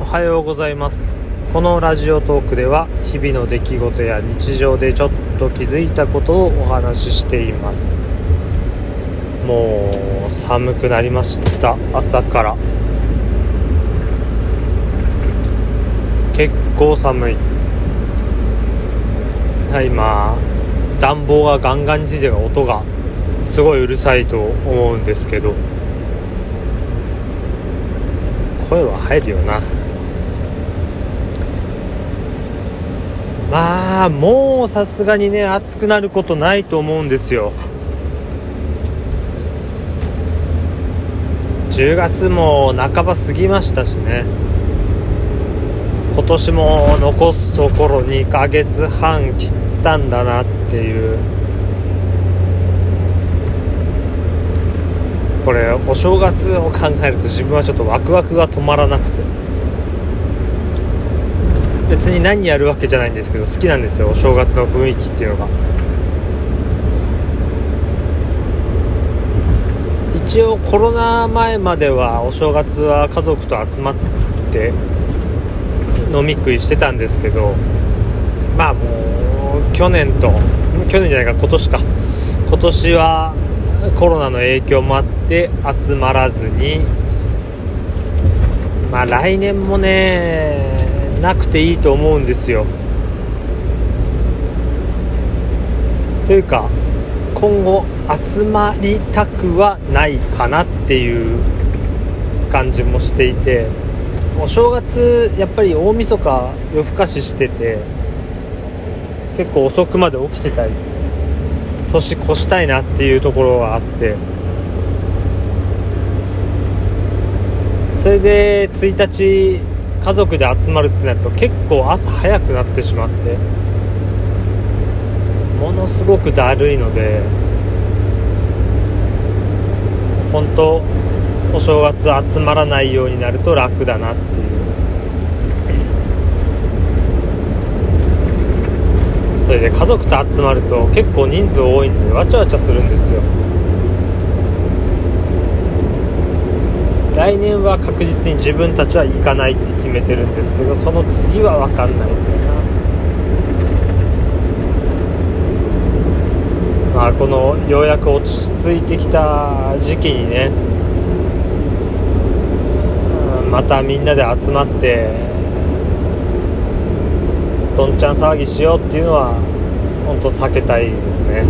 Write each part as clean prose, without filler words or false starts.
はようございます。このラジオトークでは日々の出来事や日常でちょっと気づいたことをお話ししています。もう寒くなりました。朝から結構寒い。今暖房がガンガンについてる音がすごいうるさいと思うんですけど、声は入るよな。まあもうさすがにね暑くなることないと思うんですよ。10月も半ば過ぎましたしね。今年も残すところ2ヶ月半切ったんだなっていう。これお正月を考えると自分はちょっとワクワクが止まらなくて、別に何やるわけじゃないんですけど好きなんですよ、お正月の雰囲気っていうのが。一応コロナ前まではお正月は家族と集まって飲み食いしてたんですけど、まあもう今年はコロナの影響もあって集まらずに、まあ来年もねなくていいと思うんですよ。というか今後集まりたくはないかなっていう感じもしていて、お正月やっぱり大晦日夜更かししてて結構遅くまで起きてたり年越したいなっていうところがあって、それで1日家族で集まるってなると結構朝早くなってしまってものすごくだるいので、本当お正月集まらないようになると楽だなっていう。それで家族と集まると結構人数多いんでわちゃわちゃするんですよ。来年は確実に自分たちは行かないって決めてるんですけど、その次は分かんないんだよな。まあこのようやく落ち着いてきた時期にね、またみんなで集まってどんちゃん騒ぎしようっていうのは本当避けたいですね。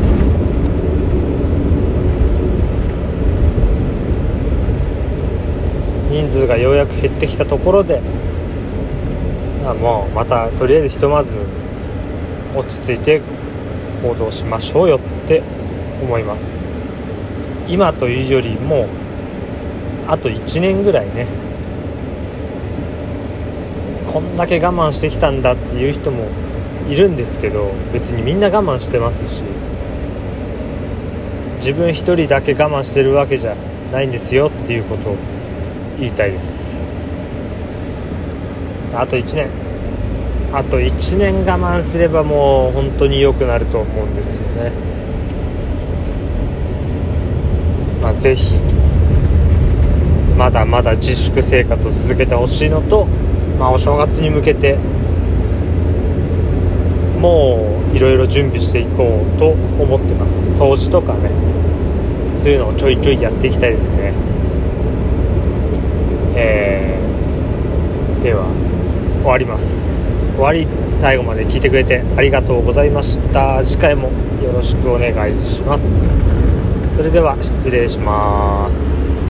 人数がようやく減ってきたところで、もうまたとりあえずひとまず落ち着いて行動しましょうよって思います。今というよりもあと1年ぐらいね、こんだけ我慢してきたんだっていう人もいるんですけど、別にみんな我慢してますし、自分一人だけ我慢してるわけじゃないんですよっていうことを言いたいです。あと1年我慢すればもう本当に良くなると思うんですよね。ぜひまだまだ自粛生活を続けてほしいのと、お正月に向けてもういろいろ準備していこうと思ってます。掃除とかね、そういうのをちょいちょいやっていきたいですね。では終わります。最後まで聞いてくれてありがとうございました。次回もよろしくお願いします。それでは失礼します。